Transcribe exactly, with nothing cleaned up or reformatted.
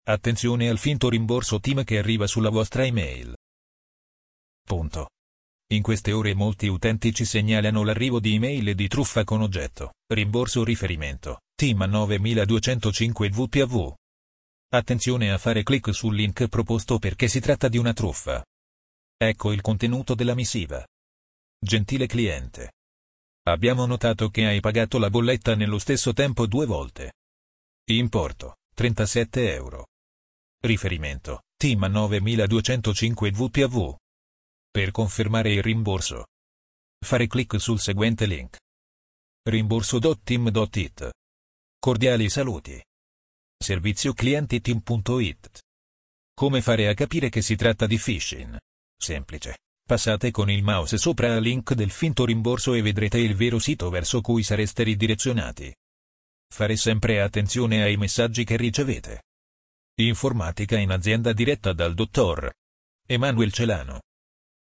Attenzione al finto rimborso Team che arriva sulla vostra email. Punto. In queste ore molti utenti ci segnalano l'arrivo di email di truffa con oggetto, rimborso riferimento, Team novantaduecentocinque W P A V. Attenzione a fare clic sul link proposto perché si tratta di una truffa. Ecco il contenuto della missiva. Gentile cliente. Abbiamo notato che hai pagato la bolletta nello stesso tempo due volte. Importo, trentasette euro. Riferimento, Team novantaduecentocinque W P A V. Per confermare il rimborso, fare clic sul seguente link. rimborso punto team punto it. Cordiali saluti. Servizio clienti team punto it. Come fare a capire che si tratta di phishing? Semplice. Passate con il mouse sopra al link del finto rimborso e vedrete il vero sito verso cui sareste ridirezionati. Fare sempre attenzione ai messaggi che ricevete. Informatica in azienda diretta dal dottor Emanuel Celano.